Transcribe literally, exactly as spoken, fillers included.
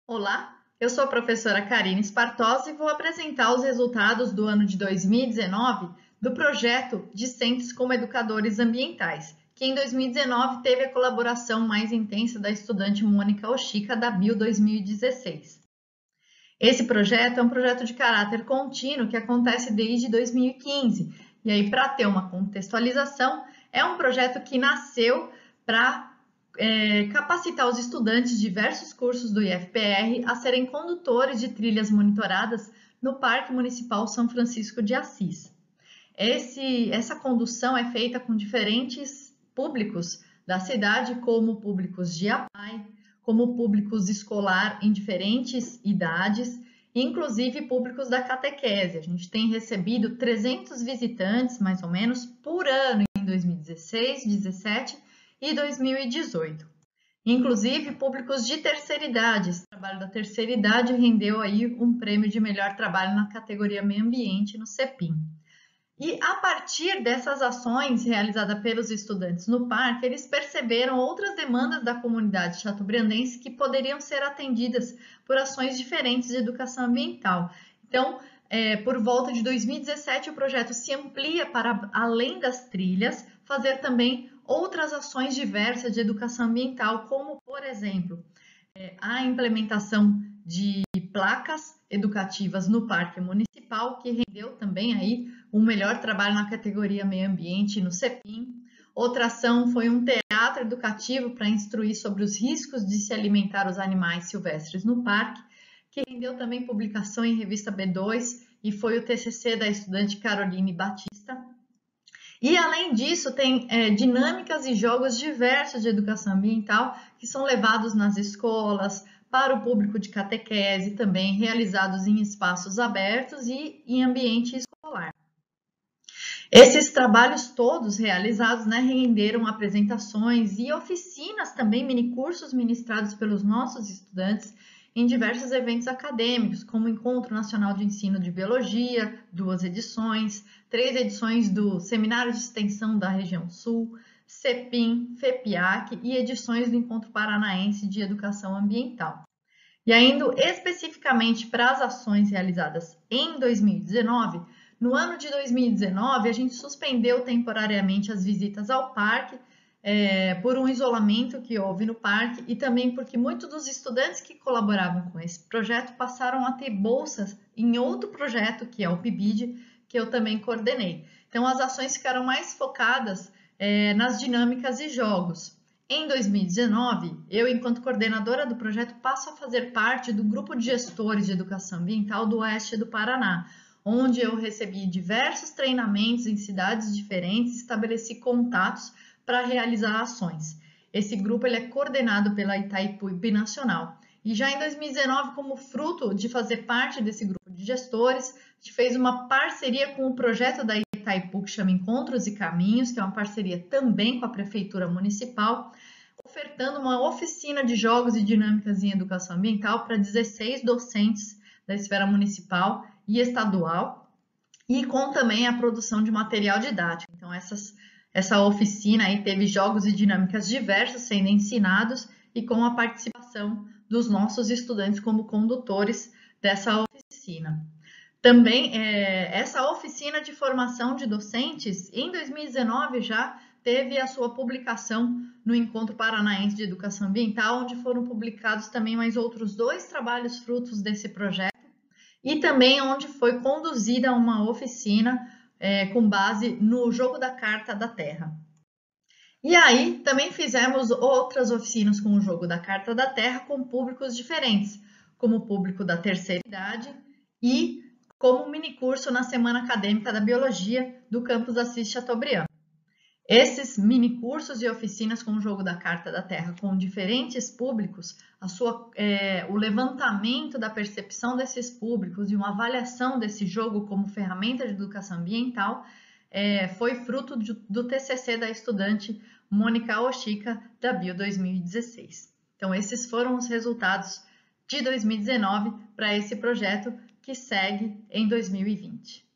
Olá, eu sou a professora Karine Spartosi e vou apresentar os resultados do ano de dois mil e dezenove do projeto Discentes como Educadores Ambientais, que em dois mil e dezenove teve a colaboração mais intensa da estudante Mônica Oshika da Bio dois mil e dezesseis. Esse projeto é um projeto de caráter contínuo que acontece desde dois mil e quinze, e aí para ter uma contextualização, é um projeto que nasceu para É, capacitar os estudantes de diversos cursos do I F P R a serem condutores de trilhas monitoradas no Parque Municipal São Francisco de Assis. Esse, essa condução é feita com diferentes públicos da cidade, como públicos de A P A I, como públicos escolar em diferentes idades, inclusive públicos da catequese. A gente tem recebido trezentos visitantes, mais ou menos, por ano em dois mil e dezesseis, dois mil e dezessete e dois mil e dezoito. Inclusive, públicos de terceira idade. Esse trabalho da terceira idade rendeu aí um prêmio de melhor trabalho na categoria Meio Ambiente no CEPIM. E a partir dessas ações realizadas pelos estudantes no parque, eles perceberam outras demandas da comunidade chateaubriandense que poderiam ser atendidas por ações diferentes de educação ambiental. Então, é, por volta de dois mil e dezessete, o projeto se amplia para além das trilhas, fazer também outras ações diversas de educação ambiental, como, por exemplo, a implementação de placas educativas no Parque Municipal, que rendeu também aí um melhor trabalho na categoria Meio Ambiente no CEPIM. Outra ação foi um teatro educativo para instruir sobre os riscos de se alimentar os animais silvestres no parque, que rendeu também publicação em revista B dois e foi o T C C da estudante Caroline Batista. E, além disso, tem é, dinâmicas e jogos diversos de educação ambiental que são levados nas escolas, para o público de catequese, também realizados em espaços abertos e em ambiente escolar. Esses trabalhos todos realizados, né, renderam apresentações e oficinas também, minicursos ministrados pelos nossos estudantes em diversos eventos acadêmicos, como o Encontro Nacional de Ensino de Biologia, duas edições, três edições do Seminário de Extensão da Região Sul, CEPIM, FEPIAC e edições do Encontro Paranaense de Educação Ambiental. E ainda especificamente para as ações realizadas em dois mil e dezenove, no ano de dois mil e dezenove, a gente suspendeu temporariamente as visitas ao parque, É, por um isolamento que houve no parque e também porque muitos dos estudantes que colaboravam com esse projeto passaram a ter bolsas em outro projeto, que é o P I B I D, que eu também coordenei. Então, as ações ficaram mais focadas é, nas dinâmicas e jogos. Em dois mil e dezenove, eu, enquanto coordenadora do projeto, passo a fazer parte do grupo de gestores de educação ambiental do Oeste do Paraná, onde eu recebi diversos treinamentos em cidades diferentes e estabeleci contatos para realizar ações. Esse grupo ele é coordenado pela Itaipu Binacional. E já em dois mil e dezenove, como fruto de fazer parte desse grupo de gestores, a gente fez uma parceria com o projeto da Itaipu que chama Encontros e Caminhos, que é uma parceria também com a Prefeitura Municipal, ofertando uma oficina de jogos e dinâmicas em educação ambiental para dezesseis docentes da esfera municipal e estadual, e com também a produção de material didático. Então, essas Essa oficina aí teve jogos e dinâmicas diversas sendo ensinados e com a participação dos nossos estudantes como condutores dessa oficina. Também, é, essa oficina de formação de docentes, em dois mil e dezenove já teve a sua publicação no Encontro Paranaense de Educação Ambiental, onde foram publicados também mais outros dois trabalhos frutos desse projeto e também onde foi conduzida uma oficina É, com base no jogo da carta da Terra. E aí também fizemos outras oficinas com o jogo da carta da Terra com públicos diferentes, como o público da terceira idade e como minicurso na Semana Acadêmica da Biologia do campus Assis Chateaubriand. Esses minicursos e oficinas com o jogo da carta da Terra com diferentes públicos, a sua, é, o levantamento da percepção desses públicos e uma avaliação desse jogo como ferramenta de educação ambiental é, foi fruto de, do T C C da estudante Mônica Oshika da Bio dois mil e dezesseis. Então, esses foram os resultados de dois mil e dezenove para esse projeto que segue em dois mil e vinte.